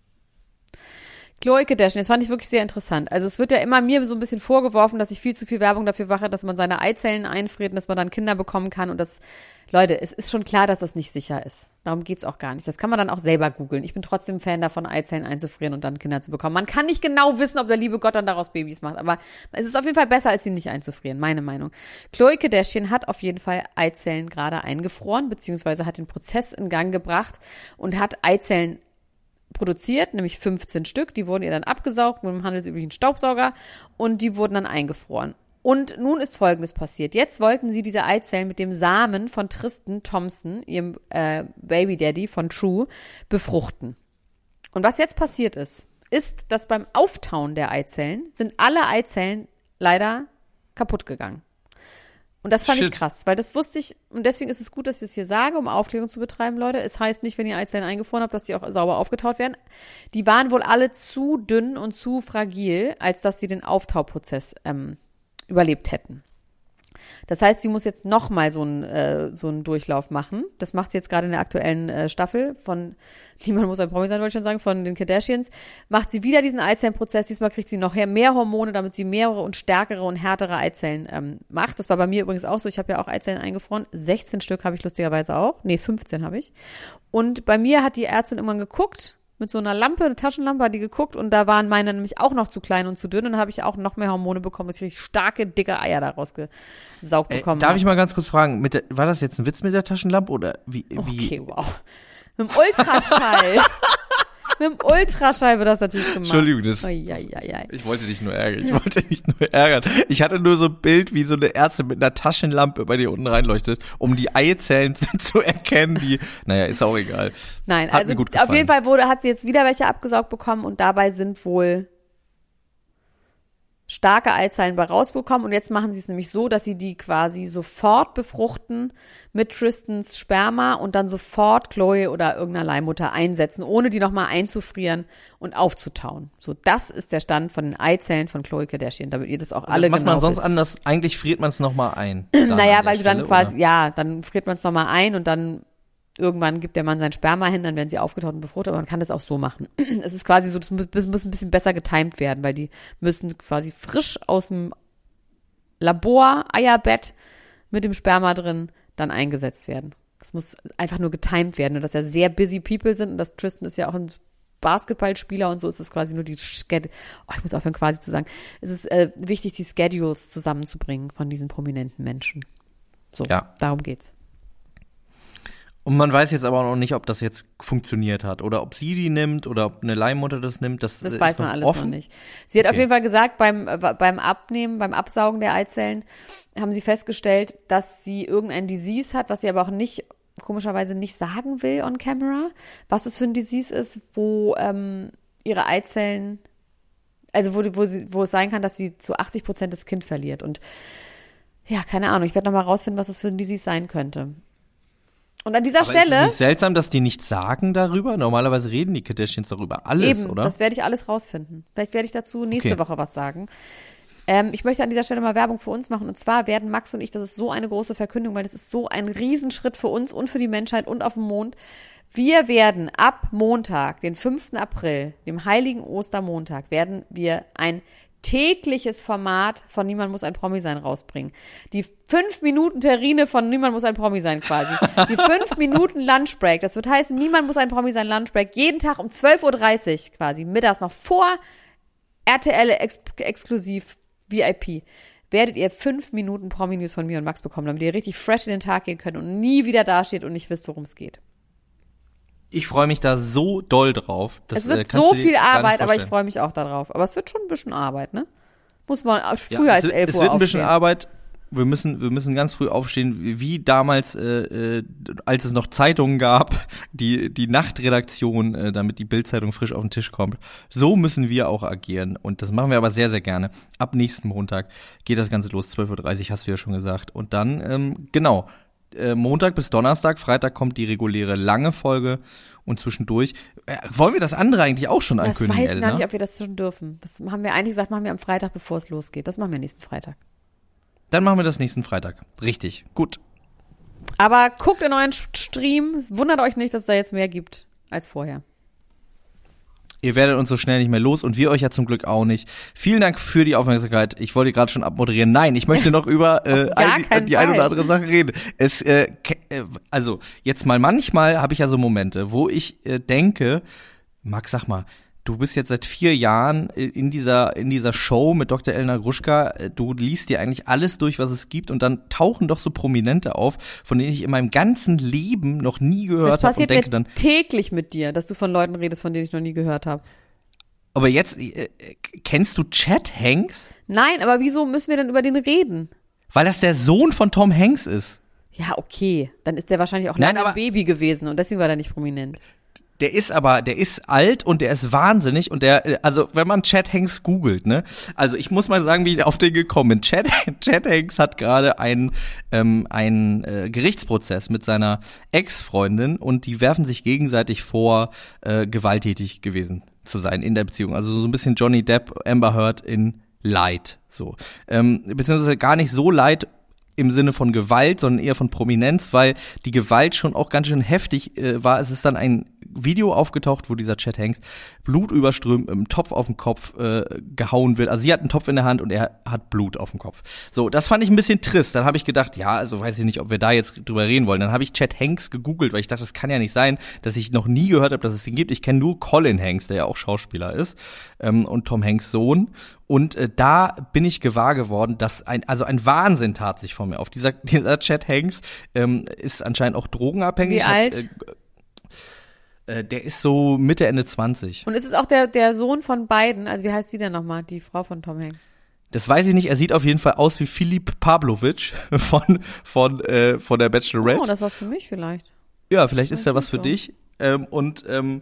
Khloe Kardashian, das fand ich wirklich sehr interessant. Also es wird ja immer mir so ein bisschen vorgeworfen, dass ich viel zu viel Werbung dafür mache, dass man seine Eizellen einfriert und dass man dann Kinder bekommen kann und das, Leute, es ist schon klar, dass das nicht sicher ist. Darum geht's auch gar nicht. Das kann man dann auch selber googeln. Ich bin trotzdem Fan davon, Eizellen einzufrieren und dann Kinder zu bekommen. Man kann nicht genau wissen, ob der liebe Gott dann daraus Babys macht, aber es ist auf jeden Fall besser, als sie nicht einzufrieren, meine Meinung. Khloe Kardashian hat auf jeden Fall Eizellen gerade eingefroren, beziehungsweise hat den Prozess in Gang gebracht und hat Eizellen produziert, nämlich fünfzehn Stück. Die wurden ihr dann abgesaugt mit einem handelsüblichen Staubsauger und die wurden dann eingefroren. Und nun ist Folgendes passiert. Jetzt wollten sie diese Eizellen mit dem Samen von Tristan Thompson, ihrem äh, Baby Daddy von True, befruchten. Und was jetzt passiert ist, ist, dass beim Auftauen der Eizellen sind alle Eizellen leider kaputt gegangen. Und das fand Shit. ich krass, weil das wusste ich, und deswegen ist es gut, dass ich es hier sage, um Aufklärung zu betreiben, Leute. Es heißt nicht, wenn ihr Eizellen eingefroren habt, dass die auch sauber aufgetaut werden. Die waren wohl alle zu dünn und zu fragil, als dass sie den Auftauprozess ähm, überlebt hätten. Das heißt, sie muss jetzt nochmal so einen äh, so einen Durchlauf machen. Das macht sie jetzt gerade in der aktuellen äh, Staffel von, niemand muss ein Promi sein, wollte ich schon sagen, von den Kardashians. Macht sie wieder diesen Eizellenprozess. Diesmal kriegt sie noch mehr Hormone, damit sie mehrere und stärkere und härtere Eizellen ähm, macht. Das war bei mir übrigens auch so. Ich habe ja auch Eizellen eingefroren. sechzehn Stück habe ich lustigerweise auch. Nee, fünfzehn habe ich. Und bei mir hat die Ärztin irgendwann geguckt, mit so einer Lampe, eine Taschenlampe hat die geguckt und da waren meine nämlich auch noch zu klein und zu dünn und dann habe ich auch noch mehr Hormone bekommen, dass ich richtig starke, dicke Eier daraus gesaugt Äh, bekommen darf habe. ich mal ganz kurz fragen, mit der, war das jetzt ein Witz mit der Taschenlampe oder wie? wie? Okay, wow. Mit dem Ultraschall. Mit dem Ultraschall wird das natürlich gemacht. Entschuldigung, das, Oi, oi, oi, oi. ich wollte dich nur ärgern. Ich wollte dich nur ärgern. Ich hatte nur so ein Bild, wie so eine Ärztin mit einer Taschenlampe bei dir unten reinleuchtet, um die Eizellen zu, zu erkennen, die, naja, ist auch egal. Nein, Hat also mir gut auf gefallen. jeden Fall wurde, hat sie jetzt wieder welche abgesaugt bekommen und dabei sind wohl starke Eizellen bei rausbekommen und jetzt machen sie es nämlich so, dass sie die quasi sofort befruchten mit Tristans Sperma und dann sofort Khloe oder irgendeiner Leihmutter einsetzen, ohne die nochmal einzufrieren und aufzutauen. So, das ist der Stand von den Eizellen von Khloe Kardashian, damit ihr das auch alle Das macht genau man sonst wisst. anders. Eigentlich friert man es nochmal ein. dann Naja, an der weil du dann Stelle, quasi, oder? ja, dann friert man es nochmal ein und dann irgendwann gibt der Mann sein Sperma hin, dann werden sie aufgetaut und befruchtet, aber man kann das auch so machen. Es ist quasi so, das muss, muss ein bisschen besser getimt werden, weil die müssen quasi frisch aus dem Labor, Eierbett mit dem Sperma drin dann eingesetzt werden. Das muss einfach nur getimt werden und dass ja sehr busy people sind und dass Tristan ist ja auch ein Basketballspieler und so ist es quasi nur die Sched- oh, ich muss aufhören quasi zu sagen, es ist äh, wichtig, die Schedules zusammenzubringen von diesen prominenten Menschen. So, Ja. darum geht's. Und man weiß jetzt aber noch nicht, ob das jetzt funktioniert hat oder ob sie die nimmt oder ob eine Leihmutter das nimmt. Das, Das ist weiß man noch alles offen. noch nicht. Sie hat auf Okay. jeden Fall gesagt, beim, äh, beim Abnehmen, beim Absaugen der Eizellen haben sie festgestellt, dass sie irgendein Disease hat, was sie aber auch nicht, komischerweise nicht sagen will on camera, was es für ein Disease ist, wo ähm, ihre Eizellen also wo, wo, sie, wo es sein kann, dass sie zu achtzig Prozent das Kind verliert. Und ja, keine Ahnung, ich werde nochmal rausfinden, was das für ein Disease sein könnte. Und an dieser Aber Stelle. Ist es nicht seltsam, dass die nichts sagen darüber? Normalerweise reden die Kardashians darüber alles, eben, oder? Das werde ich alles rausfinden. Vielleicht werde ich dazu nächste Okay. Woche was sagen. Ähm, ich möchte an dieser Stelle mal Werbung für uns machen. Und zwar werden Max und ich, das ist so eine große Verkündung, weil das ist so ein Riesenschritt für uns und für die Menschheit und auf dem Mond. Wir werden ab Montag, den fünften April, dem heiligen Ostermontag, werden wir ein tägliches Format von Niemand muss ein Promi sein rausbringen. Die fünf Minuten Terrine von Niemand muss ein Promi sein quasi. Die fünf Minuten Lunchbreak. Das wird heißen, Niemand muss ein Promi sein Lunchbreak. Jeden Tag um zwölf Uhr dreißig quasi, mittags noch vor R T L ex- exklusiv V I P. Werdet ihr fünf Minuten Promi-News von mir und Max bekommen, damit ihr richtig fresh in den Tag gehen könnt und nie wieder dasteht und nicht wisst, worum es geht. Ich freue mich da so doll drauf. Das, es wird äh, kannst so du dir viel gar nicht Arbeit, aber ich vorstellen. freue mich auch darauf. Aber es wird schon ein bisschen Arbeit, ne? Muss man auch Ja, früher es als wird- elf Es Uhr wird ein bisschen aufstehen. Arbeit. Wir müssen, wir müssen ganz früh aufstehen, wie wie damals, äh, äh, als es noch Zeitungen gab, die, die Nachtredaktion, äh, damit die Bildzeitung frisch auf den Tisch kommt. So müssen wir auch agieren. Und das machen wir aber sehr, sehr gerne. Ab nächsten Montag geht das Ganze los, zwölf Uhr dreißig, hast du ja schon gesagt. Und dann, ähm, genau, äh, Montag bis Donnerstag, Freitag kommt die reguläre lange Folge. Und zwischendurch, äh, wollen wir das andere eigentlich auch schon Das ankündigen, weiß ich noch Elena? nicht, ob wir das schon dürfen. Das haben wir eigentlich gesagt, machen wir am Freitag, bevor es losgeht. Das machen wir nächsten Freitag. Dann machen wir das nächsten Freitag. Richtig, gut. Aber guckt in euren Stream. Wundert euch nicht, dass es da jetzt mehr gibt als vorher. Ihr werdet uns so schnell nicht mehr los und wir euch ja zum Glück auch nicht. Vielen Dank für die Aufmerksamkeit. Ich wollte gerade schon abmoderieren. Nein, ich möchte noch über äh, Auf gar ein, keinen die eine Fall. oder andere Sache reden. Es, äh, ke- äh, also jetzt mal manchmal habe ich ja so Momente, wo ich äh, denke, Max, sag mal, du bist jetzt seit vier Jahren in dieser in dieser Show mit Doktor Elena Gruschka. Du liest dir eigentlich alles durch, was es gibt, und dann tauchen doch so Prominente auf, von denen ich in meinem ganzen Leben noch nie Das gehört habe und passiert denke mir dann, täglich mit dir, dass du von Leuten redest, von denen ich noch nie gehört habe. aber jetzt äh, kennst du Chet Hanks? Nein, aber wieso müssen wir denn über den reden? Weil das der Sohn von Tom Hanks ist. Ja, okay. Dann ist der wahrscheinlich auch Nein, lange aber- ein Baby gewesen und deswegen war der nicht prominent. Der ist aber, der ist alt und der ist wahnsinnig und der, also wenn man Chet Hanks googelt, ne, also ich muss mal sagen, wie ich auf den gekommen bin. Chet, Chet Hanks hat gerade einen, ähm, einen äh, Gerichtsprozess mit seiner Ex-Freundin und die werfen sich gegenseitig vor, äh, gewalttätig gewesen zu sein in der Beziehung. Also so ein bisschen Johnny Depp, Amber Heard in Light, so. Ähm, beziehungsweise gar nicht so Light im Sinne von Gewalt, sondern eher von Prominenz, weil die Gewalt schon auch ganz schön heftig äh, war. Es ist dann ein Video aufgetaucht, wo dieser Chet Hanks blutüberströmt im Topf auf den Kopf äh, gehauen wird. Also sie hat einen Topf in der Hand und er hat Blut auf dem Kopf. So, das fand ich ein bisschen trist. Dann habe ich gedacht, ja, also weiß ich nicht, ob wir da jetzt drüber reden wollen. Dann habe ich Chet Hanks gegoogelt, weil ich dachte, das kann ja nicht sein, dass ich noch nie gehört habe, dass es den gibt. Ich kenne nur Colin Hanks, der ja auch Schauspieler ist, ähm, und Tom Hanks Sohn. Und äh, da bin ich gewahr geworden, dass ein, also ein Wahnsinn tat sich vor mir auf. Dieser, dieser Chet Hanks ähm, ist anscheinend auch drogenabhängig. Wie alt? Hat, äh, äh, der ist so Mitte, Ende zwanzig. Und ist es auch der, der Sohn von beiden? Also wie heißt sie denn nochmal, die Frau von Tom Hanks? Das weiß ich nicht. Er sieht auf jeden Fall aus wie Filip Pavlovic von, von, äh, von der Bachelorette. Oh, das war's für mich vielleicht. Ja, vielleicht ist Ja, da was für super. dich. Ähm, und ähm,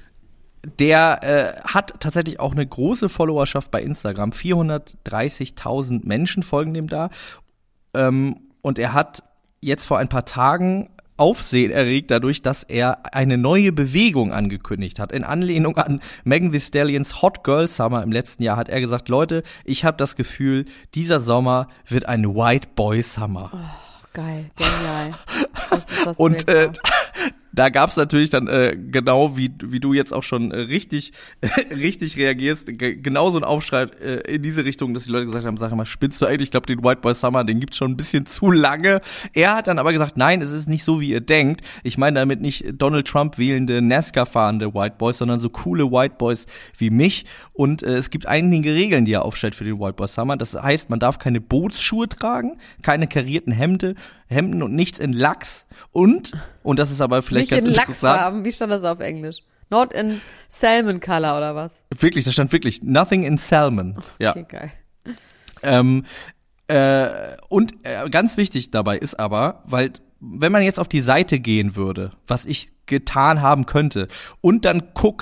der äh, hat tatsächlich auch eine große Followerschaft bei Instagram. vierhundertdreißigtausend Menschen folgen dem da. Ähm, und er hat jetzt vor ein paar Tagen Aufsehen erregt dadurch, dass er eine neue Bewegung angekündigt hat. In Anlehnung an Megan Thee Stallions Hot Girl Summer im letzten Jahr hat er gesagt, Leute, ich habe das Gefühl, dieser Sommer wird ein White Boy Summer. Oh, geil, genial. Das ist, was du Und mir äh, glaubst. da gab's natürlich dann äh, genau wie wie du jetzt auch schon äh, richtig richtig reagierst, ge- genau so ein Aufschrei äh, in diese Richtung, dass die Leute gesagt haben, sag mal, spinnst du eigentlich? Ich glaube, den White Boy Summer, den gibt's schon ein bisschen zu lange. Er hat dann aber gesagt, nein, es ist nicht so, wie ihr denkt. Ich meine damit nicht Donald Trump wählende, NASCAR fahrende White Boys, sondern so coole White Boys wie mich. Und äh, es gibt einige Regeln, die er aufstellt für den White Boy Summer. Das heißt, man darf keine Bootsschuhe tragen, keine karierten Hemde, Hemden und nichts in Lachs. Und, und das ist aber vielleicht Nicht ganz in interessant. Lachsfarben, wie stand das auf Englisch? Not in Salmon Color oder was? Wirklich, da stand wirklich nothing in salmon. Ja. Okay, geil. Ähm, äh, und äh, ganz wichtig dabei ist aber, weil wenn man jetzt auf die Seite gehen würde, was ich getan haben könnte, und dann guckt,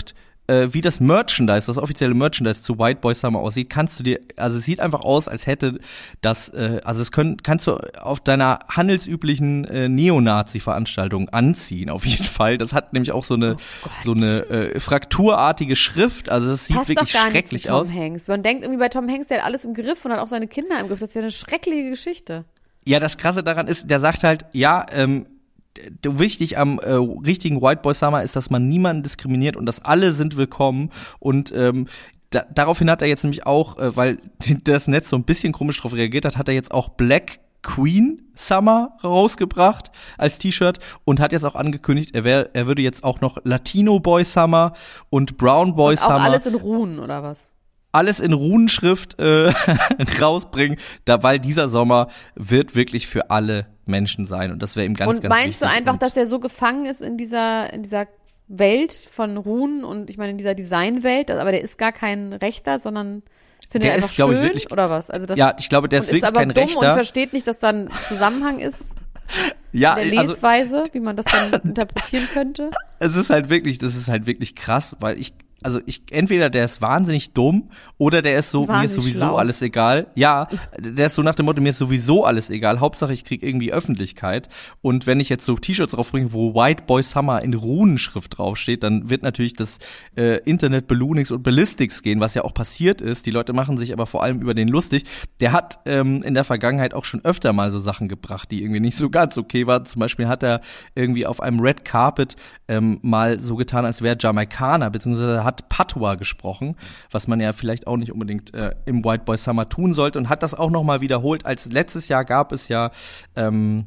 äh, wie das Merchandise, das offizielle Merchandise zu White Boy Summer aussieht, kannst du dir, also es sieht einfach aus, als hätte das, äh, also es können, kannst du auf deiner handelsüblichen äh, Neonazi-Veranstaltung anziehen, auf jeden Fall. Das hat nämlich auch so eine, oh so eine äh, frakturartige Schrift, also das sieht Passt wirklich doch gar schrecklich nicht zu Tom aus. Hanks. Man denkt irgendwie bei Tom Hanks, der hat alles im Griff und hat auch seine Kinder im Griff. Das ist ja eine schreckliche Geschichte. Ja, das Krasse daran ist, der sagt halt, ja, ähm, wichtig am äh, richtigen White Boy Summer ist, dass man niemanden diskriminiert und dass alle sind willkommen und ähm, da, daraufhin hat er jetzt nämlich auch, äh, weil das Netz so ein bisschen komisch drauf reagiert hat, hat er jetzt auch Black Queen Summer rausgebracht als T-Shirt und hat jetzt auch angekündigt, er wär, er würde jetzt auch noch Latino Boy Summer und Brown Boy und auch Summer. Alles in Runen oder was? Alles in Runenschrift äh, rausbringen, da, weil dieser Sommer wird wirklich für alle Menschen sein und das wäre ihm ganz, und ganz wichtig. Und meinst du einfach, und dass er so gefangen ist in dieser in dieser Welt von Runen und ich meine in dieser Designwelt, aber der ist gar kein Rechter, sondern findet er einfach ist, schön ich, wirklich, oder was? Also das, ja, ich glaube, der ist wirklich kein Rechter. Ist aber dumm und versteht nicht, dass da ein Zusammenhang ist. Ja, in der Lesweise, also, wie man das dann interpretieren könnte. Es ist halt wirklich, das ist halt wirklich krass, weil ich Also ich, entweder der ist wahnsinnig dumm oder der ist so, mir ist sowieso schlau. alles egal. Ja, der ist so nach dem Motto, mir ist sowieso alles egal. Hauptsache ich krieg irgendwie Öffentlichkeit. Und wenn ich jetzt so T-Shirts raufbringe, wo White Boy Summer in Runenschrift draufsteht, dann wird natürlich das äh, Internet Balloonix und Ballistics gehen, was ja auch passiert ist. Die Leute machen sich aber vor allem über den lustig. Der hat ähm, in der Vergangenheit auch schon öfter mal so Sachen gebracht, die irgendwie nicht so ganz okay waren. Zum Beispiel hat er irgendwie auf einem Red Carpet ähm, mal so getan, als wäre Jamaikaner, beziehungsweise hat Patois gesprochen, was man ja vielleicht auch nicht unbedingt äh, im White Boy Summer tun sollte und hat das auch noch mal wiederholt. Als letztes Jahr gab es ja ähm,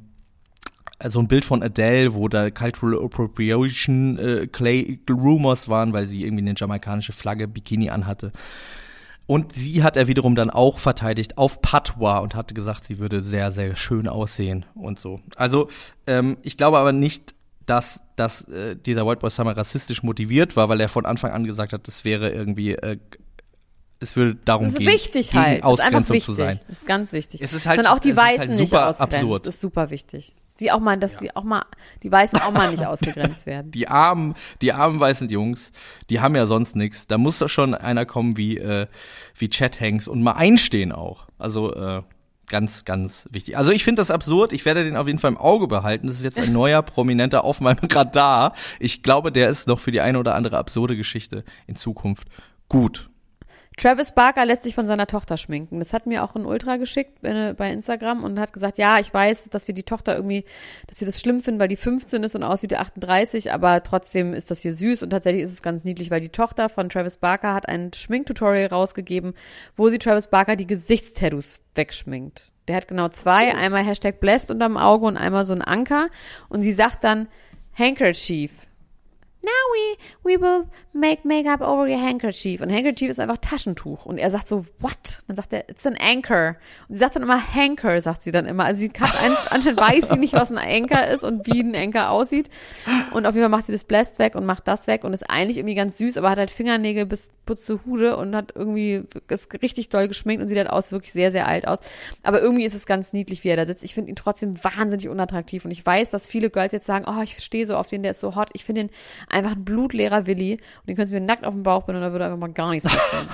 so ein Bild von Adele, wo da Cultural Appropriation äh, Clay Rumors waren, weil sie irgendwie eine jamaikanische Flagge Bikini anhatte. Und sie hat er wiederum dann auch verteidigt auf Patois und hatte gesagt, sie würde sehr, sehr schön aussehen und so. Also ähm, ich glaube aber nicht, dass, dass äh, dieser White Boy Summer rassistisch motiviert war, weil er von Anfang an gesagt hat, das wäre irgendwie, äh, es würde darum das ist gehen, wichtig gegen halt. Ausgrenzung das ist zu wichtig. sein. Das ist ganz wichtig. Es ist halt, Sondern auch die es ist Weißen halt nicht super ausgrenzt. absurd. Das ist super wichtig. Die auch mal, dass ja. die auch mal, die Weißen auch mal nicht ausgegrenzt werden. Die armen, die armen weißen Jungs, die haben ja sonst nichts. Da muss doch schon einer kommen wie, äh, wie Chet Hanks und mal einstehen auch. Also, äh, Ganz, ganz wichtig. Also ich finde das absurd. Ich werde den auf jeden Fall im Auge behalten. Das ist jetzt ein neuer Prominenter auf meinem Radar. Ich glaube, der ist noch für die eine oder andere absurde Geschichte in Zukunft gut. Travis Barker lässt sich von seiner Tochter schminken. Das hat mir auch ein Ultra geschickt äh, bei Instagram und hat gesagt, ja, ich weiß, dass wir die Tochter irgendwie, dass wir das schlimm finden, weil die fünfzehn ist und aussieht wie achtunddreißig, aber trotzdem ist das hier süß und tatsächlich ist es ganz niedlich, weil die Tochter von Travis Barker hat ein Schminktutorial rausgegeben, wo sie Travis Barker die Gesichtstattoos wegschminkt. Der hat genau zwei, einmal Hashtag blessed unterm Auge und einmal so ein Anker und sie sagt dann Handkerchief. Now we, we will make makeup over your handkerchief. Und Handkerchief ist einfach Taschentuch. Und er sagt so, what? Dann sagt er, it's an anchor. Und sie sagt dann immer Hanker, sagt sie dann immer. Also sie kann, anscheinend weiß sie nicht, was ein Anchor ist und wie ein Anchor aussieht. Und auf jeden Fall macht sie das Blessed weg und macht das weg und ist eigentlich irgendwie ganz süß, aber hat halt Fingernägel bis putzte Hude und hat irgendwie, ist richtig doll geschminkt und sieht halt aus, wirklich sehr, sehr alt aus. Aber irgendwie ist es ganz niedlich, wie er da sitzt. Ich finde ihn trotzdem wahnsinnig unattraktiv. Und ich weiß, dass viele Girls jetzt sagen, oh, ich stehe so auf den, der ist so hot. Ich finde ihn einfach ein blutleerer Willi und den können sie mir nackt auf den Bauch binden und da würde einfach mal gar nichts passieren.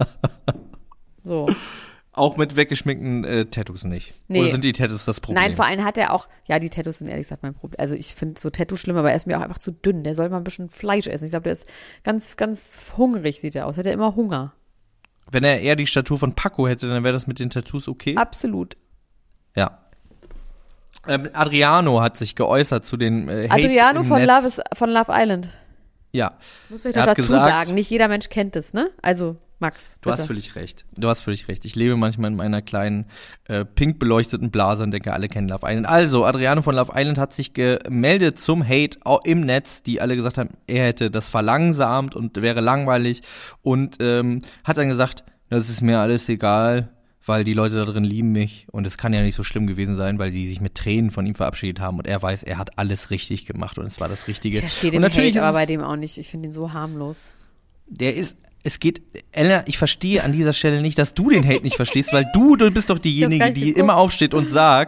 So. Auch mit weggeschminkten äh, Tattoos nicht? Nee. Oder sind die Tattoos das Problem? Nein, vor allem hat er auch, ja, die Tattoos sind ehrlich gesagt mein Problem. Also ich finde so Tattoos schlimm, aber er ist mir auch einfach zu dünn. Der soll mal ein bisschen Fleisch essen. Ich glaube, der ist ganz, ganz hungrig, sieht er aus. Hat er immer Hunger. Wenn er eher die Statur von Paco hätte, dann wäre das mit den Tattoos okay? Absolut. Ja. Ähm, Adriano hat sich geäußert zu den äh, Hate Adriano im von Netz. Love, is, von Love Island. Ja. Muss ich Er noch hat dazu gesagt- sagen, nicht jeder Mensch kennt es, ne? Also, Max, Du bitte. hast völlig recht. Du hast völlig recht. Ich lebe manchmal in meiner kleinen, äh, pink beleuchteten Blase und denke, alle kennen Love Island. Also, Adriano von Love Island hat sich gemeldet zum Hate au- im Netz, die alle gesagt haben, er hätte das verlangsamt und wäre langweilig und ähm, hat dann gesagt, das ist mir alles egal, weil die Leute da drin lieben mich und es kann ja nicht so schlimm gewesen sein, weil sie sich mit Tränen von ihm verabschiedet haben und er weiß, er hat alles richtig gemacht und es war das Richtige. Ich verstehe und den natürlich Hate aber ist bei es- dem auch nicht. Ich finde ihn so harmlos. Der ist, es geht, Elena, ich verstehe an dieser Stelle nicht, dass du den Hate nicht verstehst, weil du, du bist doch Ich hab's gar diejenige, nicht die geguckt. immer aufsteht und sagt,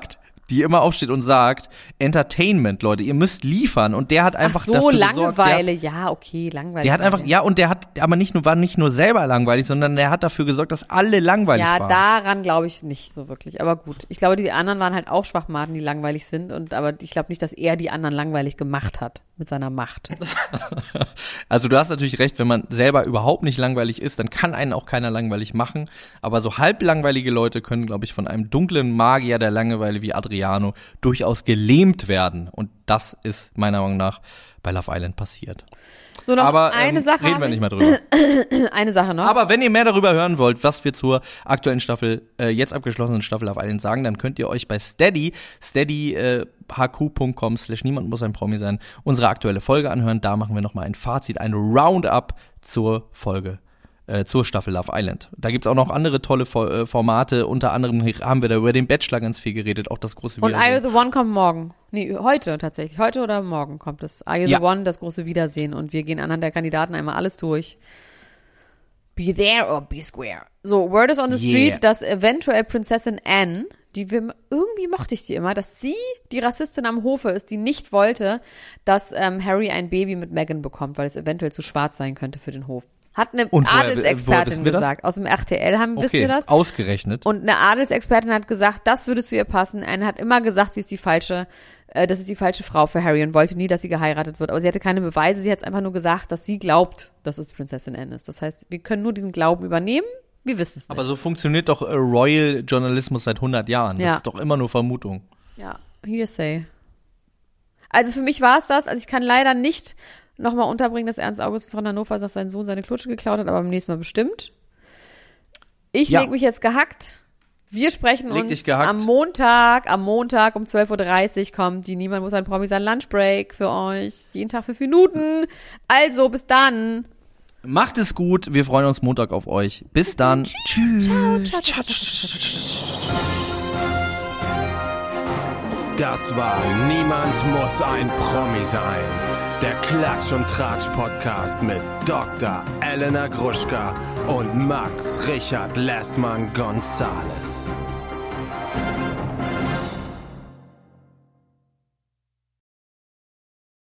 die immer aufsteht und sagt, Entertainment, Leute, ihr müsst liefern. Und der hat einfach Ach so, dafür Langeweile, gesorgt, der, ja, okay, langweilig. der hat einfach, ja, und der hat aber nicht nur, war nicht nur selber langweilig, sondern der hat dafür gesorgt, dass alle langweilig ja, waren. Ja, daran glaube ich nicht so wirklich, aber gut. Ich glaube, die anderen waren halt auch Schwachmaten, die langweilig sind, und aber ich glaube nicht, dass er die anderen langweilig gemacht hat mit seiner Macht. Also du hast natürlich recht, wenn man selber überhaupt nicht langweilig ist, dann kann einen auch keiner langweilig machen, aber so halblangweilige Leute können, glaube ich, von einem dunklen Magier der Langeweile wie Adriano durchaus gelähmt werden, und das ist meiner Meinung nach bei Love Island passiert. So, noch aber eine ähm, Sache reden wir nicht mehr drüber. Eine Sache noch. Aber wenn ihr mehr darüber hören wollt, was wir zur aktuellen Staffel, äh, jetzt abgeschlossenen Staffel Love Island sagen, dann könnt ihr euch bei Steady, steady äh, h q punkt com slash niemand muss ein Promi sein, unsere aktuelle Folge anhören. Da machen wir nochmal ein Fazit, ein Roundup zur Folge, äh, zur Staffel Love Island. Da gibt's auch noch andere tolle Fo- äh, Formate, unter anderem haben wir da über den Bachelor ganz viel geredet, auch das große Und Wiedersehen. Are You the One kommt morgen. Nee, heute tatsächlich. Heute oder morgen kommt es. Are You Ja. the One, das große Wiedersehen. Und wir gehen anhand der Kandidaten einmal alles durch. Be there or be square. So, Word is on the Yeah. street, dass eventuell Prinzessin Anne, die wir, irgendwie mochte ich die immer, dass sie die Rassistin am Hofe ist, die nicht wollte, dass ähm, Harry ein Baby mit Meghan bekommt, weil es eventuell zu schwarz sein könnte für den Hof. Hat eine Und woher- woher Adelsexpertin wissen wir das? gesagt. Aus dem R T L haben, wissen Okay, wir das? ausgerechnet. Und eine Adelsexpertin hat gesagt, das würde zu ihr passen. Eine hat immer gesagt, sie ist die falsche, äh, das ist die falsche Frau für Harry und wollte nie, dass sie geheiratet wird. Aber sie hatte keine Beweise. Sie hat es einfach nur gesagt, dass sie glaubt, dass es Prinzessin Anne ist. Das heißt, wir können nur diesen Glauben übernehmen. Wir wissen es nicht. Aber so funktioniert doch äh, Royal-Journalismus seit hundert Jahren. Das Ja. ist doch immer nur Vermutung. Ja, hearsay. Also für mich war es das. Also ich kann leider nicht nochmal unterbringen, dass Ernst Augustus von Hannover, dass sein Sohn seine Klutsche geklaut hat, aber beim nächsten Mal bestimmt. Ich Ja. leg mich jetzt gehackt. Wir sprechen Leg uns dich gehackt. am Montag, am Montag um zwölf Uhr dreißig kommt die Niemand muss ein Promi sein Lunchbreak für euch. Jeden Tag fünf Minuten. Also, bis dann. Macht es gut. Wir freuen uns Montag auf euch. Bis dann. Tschüss. Ciao, ciao, ciao, ciao, ciao, ciao. Das war Niemand muss ein Promi sein. Der Klatsch und Tratsch Podcast mit Doktor Elena Gruschka und Max Richard Lessmann Gonzales.